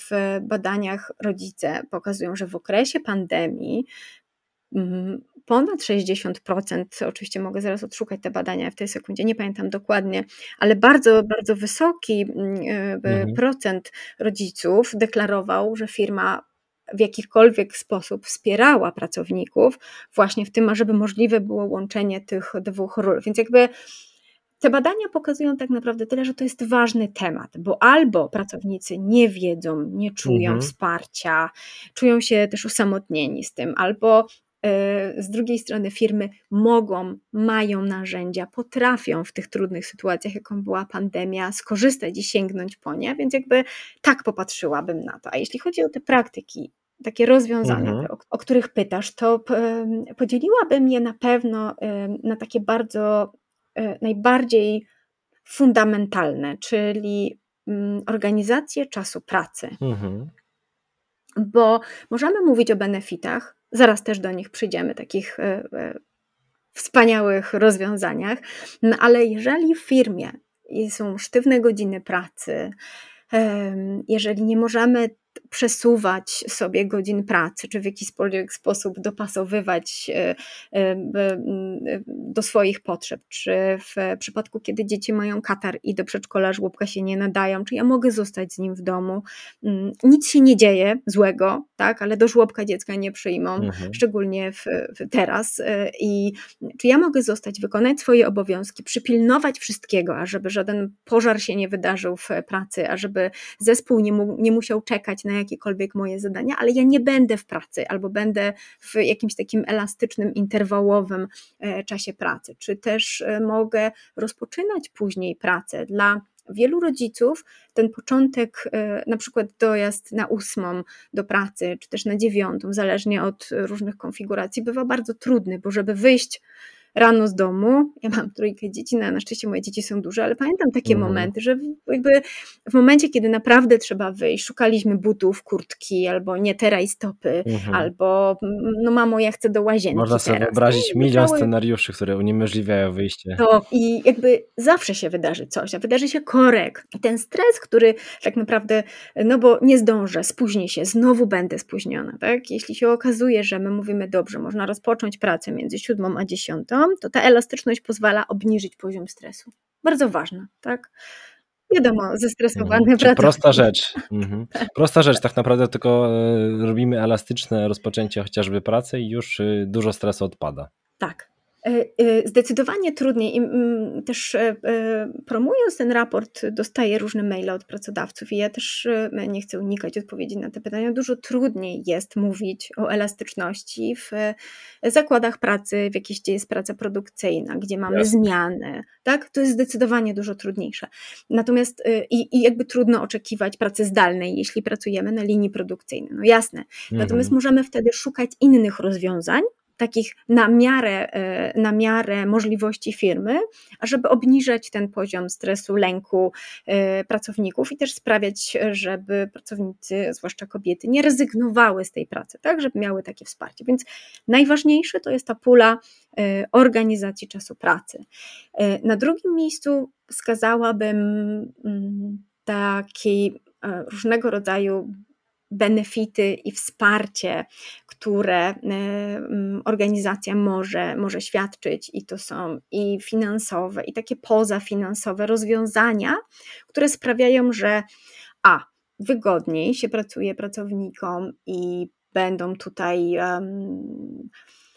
w badaniach rodzice pokazują, że w okresie pandemii ponad sześćdziesiąt procent, oczywiście mogę zaraz odszukać te badania w tej sekundzie, nie pamiętam dokładnie, ale bardzo, bardzo wysoki mhm. procent rodziców deklarował, że firma w jakikolwiek sposób wspierała pracowników właśnie w tym, żeby możliwe było łączenie tych dwóch ról. Więc jakby te badania pokazują tak naprawdę tyle, że to jest ważny temat, bo albo pracownicy nie wiedzą, nie czują Mhm. wsparcia, czują się też osamotnieni z tym, albo z drugiej strony firmy mogą, mają narzędzia, potrafią w tych trudnych sytuacjach, jaką była pandemia, skorzystać i sięgnąć po nie, więc jakby tak popatrzyłabym na to. A jeśli chodzi o te praktyki, takie rozwiązania, Mhm. te, o, o których pytasz, to podzieliłabym je na pewno na takie bardzo najbardziej fundamentalne, czyli organizację czasu pracy. Mhm. Bo możemy mówić o benefitach, zaraz też do nich przyjdziemy, takich wspaniałych rozwiązaniach, no ale jeżeli w firmie są sztywne godziny pracy, jeżeli nie możemy przesuwać sobie godzin pracy, czy w jakikolwiek sposób dopasowywać do swoich potrzeb, czy w przypadku, kiedy dzieci mają katar i do przedszkola żłobka się nie nadają, czy ja mogę zostać z nim w domu. Nic się nie dzieje złego, tak, ale do żłobka dziecka nie przyjmą, mhm. szczególnie w, w teraz. I czy ja mogę zostać, wykonać swoje obowiązki, przypilnować wszystkiego, ażeby żaden pożar się nie wydarzył w pracy, ażeby zespół nie, mu, nie musiał czekać na jakiekolwiek moje zadania, ale ja nie będę w pracy albo będę w jakimś takim elastycznym, interwałowym czasie pracy. Czy też mogę rozpoczynać później pracę. Dla wielu rodziców ten początek, na przykład dojazd na ósmą do pracy, czy też na dziewiątą, zależnie od różnych konfiguracji, bywa bardzo trudny, bo żeby wyjść rano z domu, ja mam trójkę dzieci, no, na szczęście moje dzieci są duże, ale pamiętam takie mhm. momenty, że jakby w momencie, kiedy naprawdę trzeba wyjść, szukaliśmy butów, kurtki, albo nie teraj stopy, mhm. albo no mamo, ja chcę do łazienki. Można sobie teraz. wyobrazić no, milion cały... scenariuszy, które uniemożliwiają wyjście. No i jakby zawsze się wydarzy coś, a wydarzy się korek. I ten stres, który tak naprawdę, no bo nie zdążę, spóźnię się, znowu będę spóźniona, tak? Jeśli się okazuje, że my mówimy, dobrze, można rozpocząć pracę między siódmą a dziesiątą, to ta elastyczność pozwala obniżyć poziom stresu. Bardzo ważna, tak? Wiadomo, zestresowane mhm. pracownik. Prosta rzecz. Mhm. Prosta rzecz, tak naprawdę tylko robimy elastyczne rozpoczęcie chociażby pracy i już dużo stresu odpada. Tak. Zdecydowanie trudniej i też promując ten raport dostaję różne maile od pracodawców i ja też nie chcę unikać odpowiedzi na te pytania. Dużo trudniej jest mówić o elastyczności w zakładach pracy, w jakiejś, gdzie jest praca produkcyjna, gdzie mamy Jasne. zmiany, tak? To jest zdecydowanie dużo trudniejsze. Natomiast i, i jakby trudno oczekiwać pracy zdalnej, jeśli pracujemy na linii produkcyjnej. No jasne. Natomiast mhm. możemy wtedy szukać innych rozwiązań, takich na miarę, na miarę możliwości firmy, ażeby obniżać ten poziom stresu, lęku pracowników i też sprawiać, żeby pracownicy, zwłaszcza kobiety, nie rezygnowały z tej pracy, tak, żeby miały takie wsparcie. Więc najważniejsze to jest ta pula organizacji czasu pracy. Na drugim miejscu wskazałabym taki różnego rodzaju benefity i wsparcie, które organizacja może, może świadczyć i to są i finansowe, i takie pozafinansowe rozwiązania, które sprawiają, że a, wygodniej się pracuje pracownikom i będą tutaj um,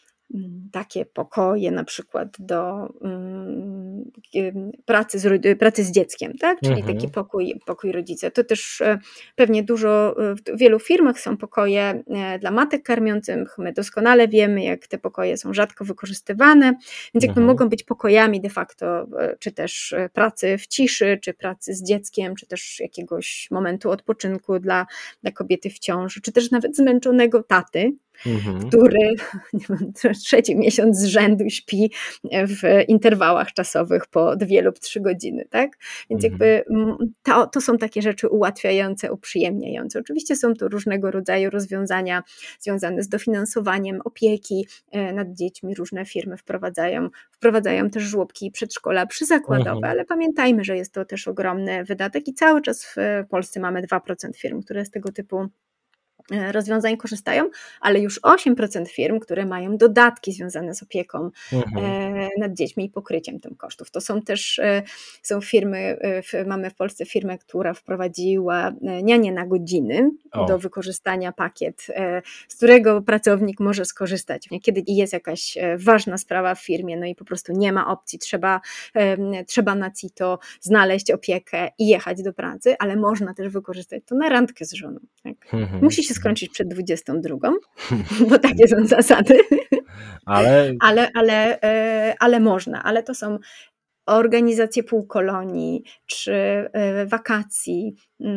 takie pokoje na przykład do um, pracy, z, pracy z dzieckiem, tak? Czyli mhm. taki pokój, pokój rodzica. To też pewnie dużo, w wielu firmach są pokoje dla matek karmiących. My doskonale wiemy, jak te pokoje są rzadko wykorzystywane, więc jakby mhm. mogą być pokojami de facto, czy też pracy w ciszy, czy pracy z dzieckiem, czy też jakiegoś momentu odpoczynku dla, dla kobiety w ciąży, czy też nawet zmęczonego taty, Mhm. który nie wiem, trzeci miesiąc z rzędu śpi w interwałach czasowych po dwie lub trzy godziny, tak? Więc mhm. jakby to, to są takie rzeczy ułatwiające, uprzyjemniające. Oczywiście są to różnego rodzaju rozwiązania związane z dofinansowaniem opieki nad dziećmi. Różne firmy wprowadzają, wprowadzają też żłobki i przedszkola przyzakładowe, mhm. ale pamiętajmy, że jest to też ogromny wydatek i cały czas w Polsce mamy dwa procent firm, które z tego typu rozwiązań korzystają, ale już osiem procent firm, które mają dodatki związane z opieką mhm. nad dziećmi i pokryciem tym kosztów. To są też są firmy, mamy w Polsce firmę, która wprowadziła nianie na godziny o. do wykorzystania pakiet, z którego pracownik może skorzystać. Kiedy jest jakaś ważna sprawa w firmie, no i po prostu nie ma opcji, trzeba, trzeba na CITO znaleźć opiekę i jechać do pracy, ale można też wykorzystać to na randkę z żoną. Tak? Mhm. Musi się skończyć przed dwudziestą drugą, bo takie są zasady, ale... ale, ale, ale można, ale to są organizacje półkolonii, czy wakacji,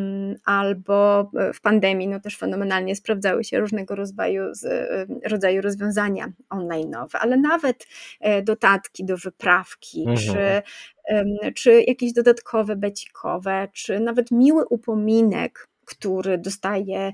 albo w pandemii no też fenomenalnie sprawdzały się różnego rodzaju, rodzaju rozwiązania online'owe, ale nawet dodatki do wyprawki, mhm. czy, czy jakieś dodatkowe becikowe, czy nawet miły upominek, który dostaje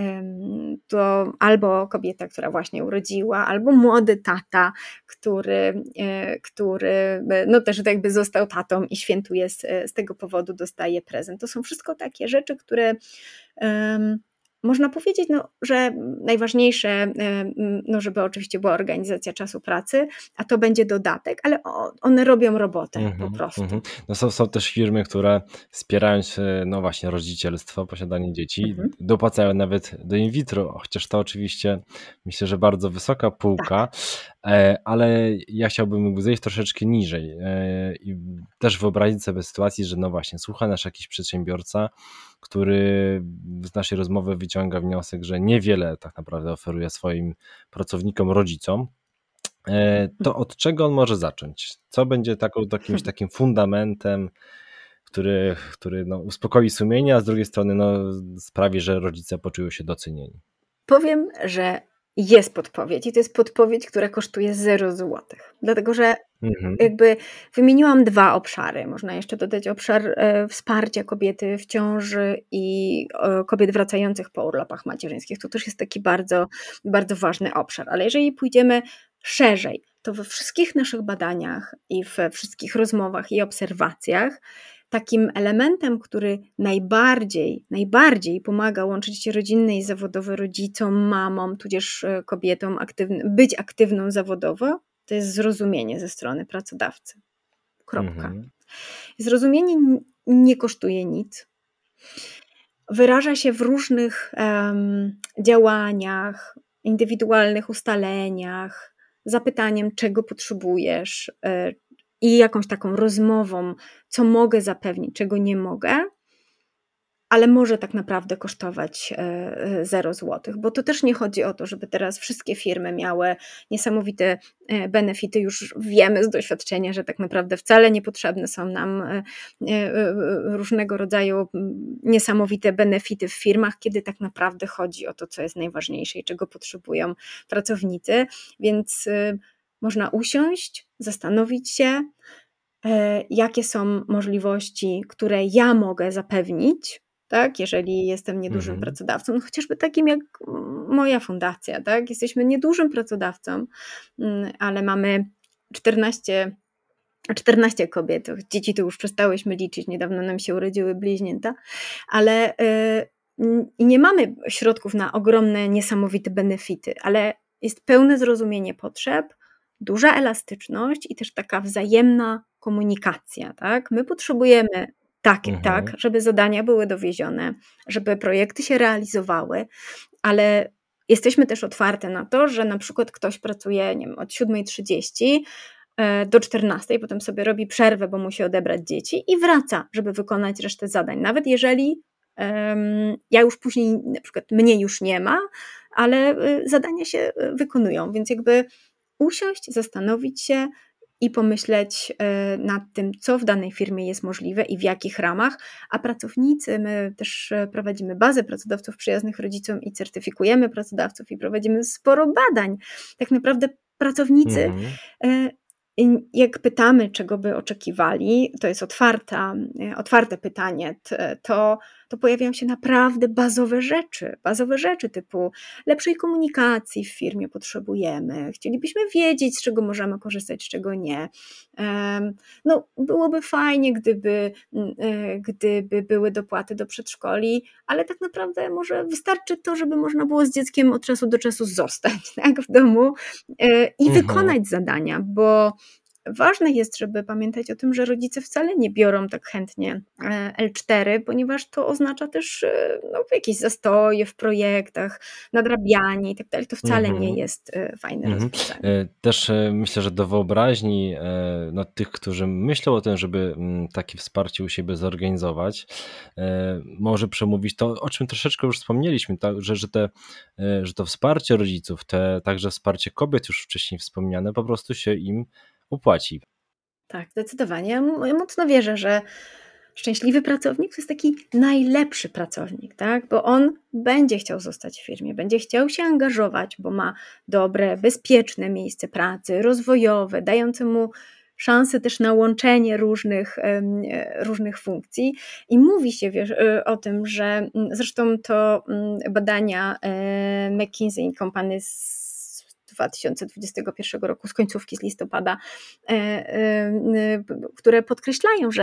to albo kobieta, która właśnie urodziła, albo młody tata, który, który no też jakby został tatą i świętuje z, z tego powodu, dostaje prezent. To są wszystko takie rzeczy, które um, można powiedzieć, no, że najważniejsze, no, żeby oczywiście była organizacja czasu pracy, a to będzie dodatek, ale one robią robotę Mhm, po prostu. mhm. No są, są też firmy, które wspierając, no właśnie, rodzicielstwo, posiadanie dzieci, Mhm. dopłacają nawet do in vitro, chociaż to oczywiście myślę, że bardzo wysoka półka, Tak. ale ja chciałbym zejść troszeczkę niżej i też wyobrazić sobie sytuację, że no właśnie, słucha nas jakiś przedsiębiorca, który z naszej rozmowy wyciąga wniosek, że niewiele tak naprawdę oferuje swoim pracownikom, rodzicom. To od czego on może zacząć? Co będzie taką, jakimś takim fundamentem, który, który no, uspokoi sumienie, a z drugiej strony no, sprawi, że rodzice poczują się docenieni? Powiem, że jest podpowiedź i to jest podpowiedź, która kosztuje zero złotych, dlatego że Mhm. jakby wymieniłam dwa obszary. Można jeszcze dodać obszar e, wsparcia kobiety w ciąży i e, kobiet wracających po urlopach macierzyńskich. To też jest taki bardzo, bardzo ważny obszar, ale jeżeli pójdziemy szerzej, to we wszystkich naszych badaniach i we wszystkich rozmowach i obserwacjach takim elementem, który najbardziej, najbardziej pomaga łączyć się rodzinne i zawodowe rodzicom, mamom, tudzież kobietom aktywny, być aktywną zawodowo, to jest zrozumienie ze strony pracodawcy. Kropka. Mhm. Zrozumienie nie kosztuje nic. Wyraża się w różnych um, działaniach, indywidualnych ustaleniach, zapytaniem, czego potrzebujesz, y, i jakąś taką rozmową, co mogę zapewnić, czego nie mogę, ale może tak naprawdę kosztować zero złotych, bo to też nie chodzi o to, żeby teraz wszystkie firmy miały niesamowite benefity. Już wiemy z doświadczenia, że tak naprawdę wcale niepotrzebne są nam różnego rodzaju niesamowite benefity w firmach, kiedy tak naprawdę chodzi o to, co jest najważniejsze i czego potrzebują pracownicy, więc można usiąść, zastanowić się, jakie są możliwości, które ja mogę zapewnić, tak, jeżeli jestem niedużym Mhm. pracodawcą, no chociażby takim jak moja fundacja, tak, jesteśmy niedużym pracodawcą, ale mamy czternaście, czternaście kobiet, dzieci to już przestałyśmy liczyć, niedawno nam się urodziły bliźnięta, ale i nie mamy środków na ogromne, niesamowite benefity, ale jest pełne zrozumienie potrzeb, duża elastyczność i też taka wzajemna komunikacja, tak? My potrzebujemy tak, Mhm. tak, żeby zadania były dowiezione, żeby projekty się realizowały, ale jesteśmy też otwarte na to, że na przykład ktoś pracuje, nie wiem, od siódma trzydzieści do czternastej, potem sobie robi przerwę, bo musi odebrać dzieci i wraca, żeby wykonać resztę zadań, nawet jeżeli um, ja już później, na przykład mnie już nie ma, ale zadania się wykonują, więc jakby usiąść, zastanowić się i pomyśleć nad tym, co w danej firmie jest możliwe i w jakich ramach, a pracownicy, my też prowadzimy bazę pracodawców przyjaznych rodzicom i certyfikujemy pracodawców i prowadzimy sporo badań. Tak naprawdę pracownicy, mhm. jak pytamy, czego by oczekiwali, to jest otwarta, otwarte pytanie, to, to pojawiają się naprawdę bazowe rzeczy, bazowe rzeczy typu lepszej komunikacji w firmie potrzebujemy, chcielibyśmy wiedzieć, z czego możemy korzystać, z czego nie. No, byłoby fajnie, gdyby, gdyby były dopłaty do przedszkoli, ale tak naprawdę może wystarczy to, żeby można było z dzieckiem od czasu do czasu zostać, tak, w domu i mhm. wykonać zadania, bo ważne jest, żeby pamiętać o tym, że rodzice wcale nie biorą tak chętnie el cztery, ponieważ to oznacza też no, jakieś zastoje w projektach, nadrabianie i tak dalej. To wcale mm-hmm. nie jest fajne mm-hmm. rozwiązanie. Też myślę, że do wyobraźni no, tych, którzy myślą o tym, żeby takie wsparcie u siebie zorganizować, może przemówić to, o czym troszeczkę już wspomnieliśmy, to, że, że, te, że to wsparcie rodziców, te, także wsparcie kobiet już wcześniej wspomniane, po prostu się im opłaci. Tak, zdecydowanie. Ja mocno wierzę, że szczęśliwy pracownik to jest taki najlepszy pracownik, tak? Bo on będzie chciał zostać w firmie, będzie chciał się angażować, bo ma dobre, bezpieczne miejsce pracy, rozwojowe, dające mu szansę też na łączenie różnych, różnych funkcji i mówi się wiesz, o tym, że zresztą to badania McKinsey Company z dwa tysiące dwudziestego pierwszego roku, z końcówki, z listopada, które podkreślają, że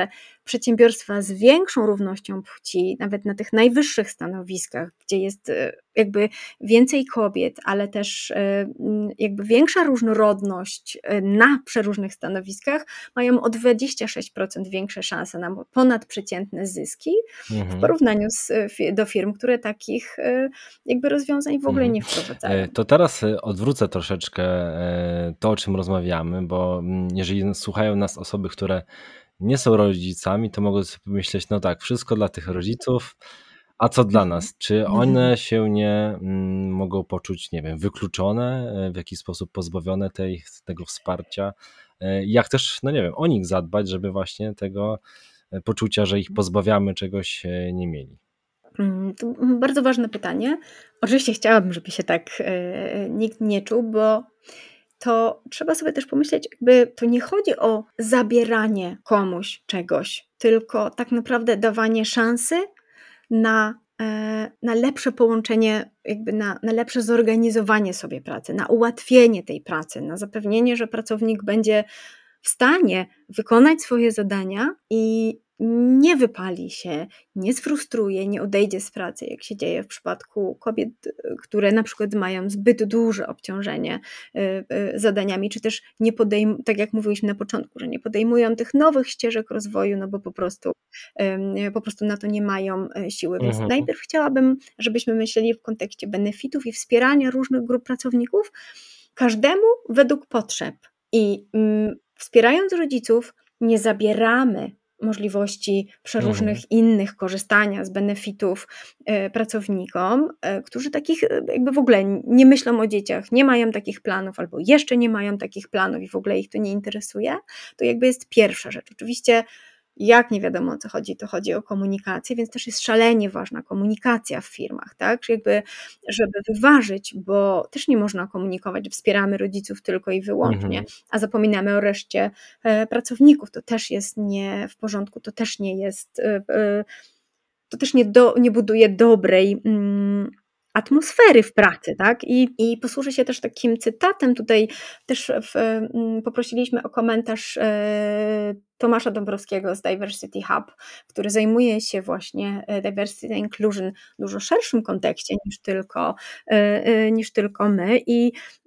przedsiębiorstwa z większą równością płci, nawet na tych najwyższych stanowiskach, gdzie jest jakby więcej kobiet, ale też jakby większa różnorodność na przeróżnych stanowiskach, mają o dwadzieścia sześć procent większe szanse na ponadprzeciętne zyski w Mhm. porównaniu z, do firm, które takich jakby rozwiązań w ogóle Mhm. nie wprowadzają. To teraz odwrócę troszeczkę to, o czym rozmawiamy, bo jeżeli słuchają nas osoby, które nie są rodzicami, to mogą sobie pomyśleć, no tak, wszystko dla tych rodziców, a co dla nas? Czy one się nie mogą poczuć, nie wiem, wykluczone, w jakiś sposób pozbawione tej, tego wsparcia? Jak też, no nie wiem, o nich zadbać, żeby właśnie tego poczucia, że ich pozbawiamy czegoś, nie mieli? To bardzo ważne pytanie. Oczywiście chciałabym, żeby się tak e, nikt nie czuł, bo to trzeba sobie też pomyśleć, jakby to nie chodzi o zabieranie komuś czegoś, tylko tak naprawdę dawanie szansy na, e, na lepsze połączenie, jakby na, na lepsze zorganizowanie sobie pracy, na ułatwienie tej pracy, na zapewnienie, że pracownik będzie w stanie wykonać swoje zadania i nie wypali się, nie sfrustruje, nie odejdzie z pracy, jak się dzieje w przypadku kobiet, które na przykład mają zbyt duże obciążenie zadaniami, czy też nie podejmują, tak jak mówiliśmy na początku, że nie podejmują tych nowych ścieżek rozwoju, no bo po prostu, po prostu na to nie mają siły. Więc Mhm. najpierw chciałabym, żebyśmy myśleli w kontekście benefitów i wspierania różnych grup pracowników, każdemu według potrzeb. I mm, wspierając rodziców, nie zabieramy możliwości przeróżnych Mhm. innych korzystania z benefitów e, pracownikom, e, którzy takich e, jakby w ogóle nie myślą o dzieciach, nie mają takich planów albo jeszcze nie mają takich planów i w ogóle ich to nie interesuje. To jakby jest pierwsza rzecz. Oczywiście jak nie wiadomo o co chodzi, to chodzi o komunikację, więc też jest szalenie ważna komunikacja w firmach, tak? Jakby, żeby wyważyć, bo też nie można komunikować, że wspieramy rodziców tylko i wyłącznie, Mhm. a zapominamy o reszcie e, pracowników. To też jest nie w porządku, to też nie jest, e, e, to też nie, do, nie buduje dobrej mm, atmosfery w pracy, tak? I, I posłużę się też takim cytatem, tutaj też w, mm, poprosiliśmy o komentarz e, Tomasza Dąbrowskiego z Diversity Hub, który zajmuje się właśnie diversity inclusion w dużo szerszym kontekście niż tylko, e, e, niż tylko my. I,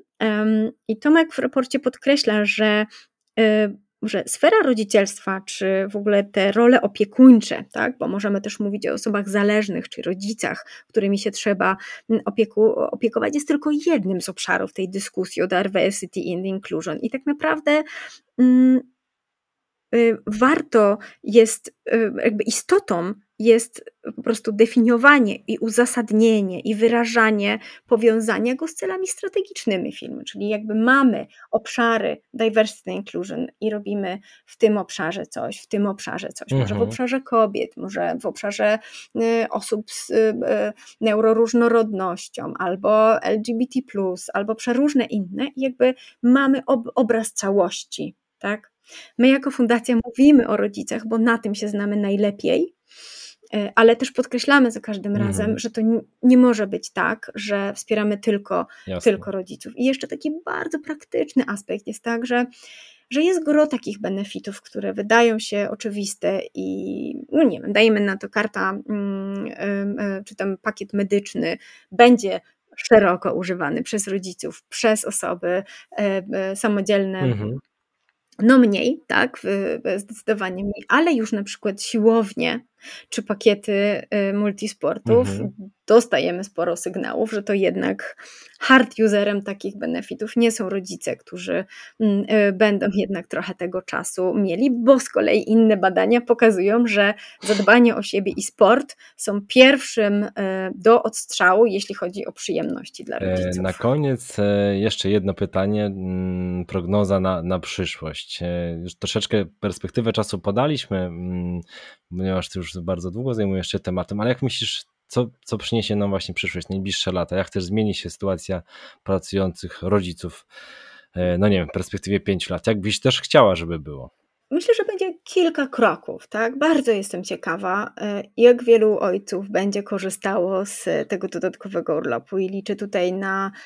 em, I Tomek w raporcie podkreśla, że e, że sfera rodzicielstwa, czy w ogóle te role opiekuńcze, tak, bo możemy też mówić o osobach zależnych, czy rodzicach, którymi się trzeba opieku, opiekować, jest tylko jednym z obszarów tej dyskusji o diversity and inclusion. I tak naprawdę mm, y, warto jest, y, jakby istotą jest po prostu definiowanie i uzasadnienie i wyrażanie powiązania go z celami strategicznymi firmy, czyli jakby mamy obszary diversity and inclusion i robimy w tym obszarze coś, w tym obszarze coś, może w Mhm. obszarze kobiet, może w obszarze y, osób z y, neuroróżnorodnością, albo L G B T plus, albo przeróżne inne i jakby mamy ob- obraz całości, tak? My jako fundacja mówimy o rodzicach, bo na tym się znamy najlepiej, ale też podkreślamy za każdym Mhm. razem, że to nie, nie może być tak, że wspieramy tylko, Jasne. tylko rodziców. I jeszcze taki bardzo praktyczny aspekt jest tak, że, że jest gro takich benefitów, które wydają się oczywiste i no nie wiem, dajemy na to karta, czy tam pakiet medyczny będzie szeroko używany przez rodziców, przez osoby samodzielne, Mhm. no mniej, tak, zdecydowanie mniej, ale już na przykład siłownie czy pakiety multisportów Mhm. dostajemy sporo sygnałów, że to jednak hard userem takich benefitów nie są rodzice, którzy będą jednak trochę tego czasu mieli, bo z kolei inne badania pokazują, że zadbanie o siebie i sport są pierwszym do odstrzału, jeśli chodzi o przyjemności dla rodziców. Na koniec jeszcze jedno pytanie, prognoza na, na przyszłość. Już troszeczkę perspektywę czasu podaliśmy, ponieważ ty już bardzo długo zajmujesz się tematem, ale jak myślisz, co, co przyniesie nam właśnie przyszłość, najbliższe lata? Jak też zmieni się sytuacja pracujących rodziców, no nie wiem, w perspektywie pięciu lat? Jak byś też chciała, żeby było? Myślę, że będzie kilka kroków, tak? Bardzo jestem ciekawa, jak wielu ojców będzie korzystało z tego dodatkowego urlopu i liczę tutaj na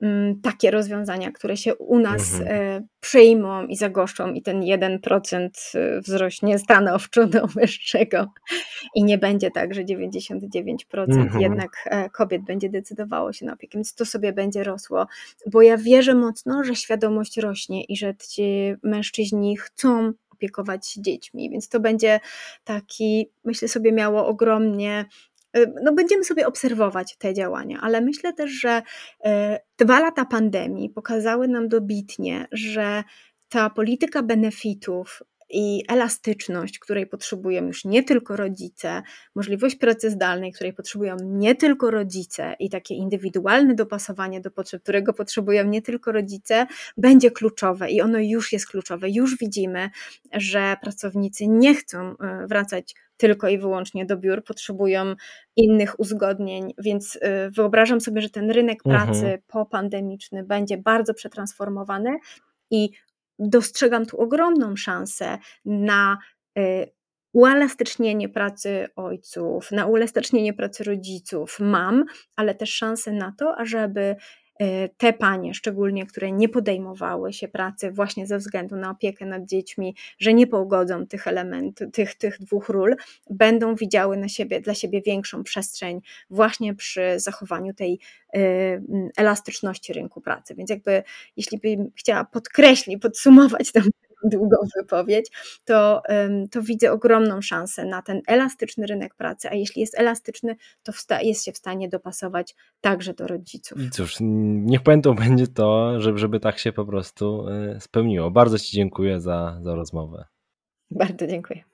takie rozwiązania, które się u nas Mhm. przyjmą i zagoszczą i ten jeden procent wzrośnie stanowczo do wyższego i nie będzie tak, że dziewięćdziesiąt dziewięć procent Mhm. jednak kobiet będzie decydowało się na opiekę, więc to sobie będzie rosło, bo ja wierzę mocno, że świadomość rośnie i że ci mężczyźni chcą opiekować się dziećmi, więc to będzie taki, myślę sobie, miało ogromnie, no będziemy sobie obserwować te działania, ale myślę też, że dwa lata pandemii pokazały nam dobitnie, że ta polityka benefitów i elastyczność, której potrzebują już nie tylko rodzice, możliwość pracy zdalnej, której potrzebują nie tylko rodzice i takie indywidualne dopasowanie do potrzeb, którego potrzebują nie tylko rodzice, będzie kluczowe i ono już jest kluczowe. Już widzimy, że pracownicy nie chcą wracać tylko i wyłącznie do biur, potrzebują innych uzgodnień, więc wyobrażam sobie, że ten rynek pracy Mhm. popandemiczny będzie bardzo przetransformowany i dostrzegam tu ogromną szansę na uelastycznienie pracy ojców, na uelastycznienie pracy rodziców, mam, ale też szansę na to, ażeby te panie, szczególnie, które nie podejmowały się pracy właśnie ze względu na opiekę nad dziećmi, że nie pogodzą tych elementów, tych, tych dwóch ról, będą widziały na siebie, dla siebie większą przestrzeń właśnie przy zachowaniu tej elastyczności rynku pracy. Więc jakby, jeśli bym chciała podkreślić, podsumować tę długą wypowiedź, to, to widzę ogromną szansę na ten elastyczny rynek pracy, a jeśli jest elastyczny, to wsta- jest się w stanie dopasować także do rodziców. I cóż, niech puentą będzie to, żeby, żeby tak się po prostu spełniło. Bardzo Ci dziękuję za, za rozmowę. Bardzo dziękuję.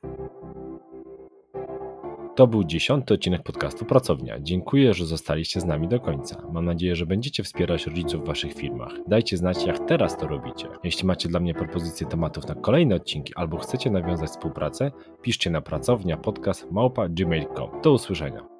To był dziesiąty odcinek podcastu Pracownia. Dziękuję, że zostaliście z nami do końca. Mam nadzieję, że będziecie wspierać rodziców w waszych firmach. Dajcie znać, jak teraz to robicie. Jeśli macie dla mnie propozycje tematów na kolejne odcinki albo chcecie nawiązać współpracę, piszcie na pracownia podcast małpa gmail kropka com. Do usłyszenia.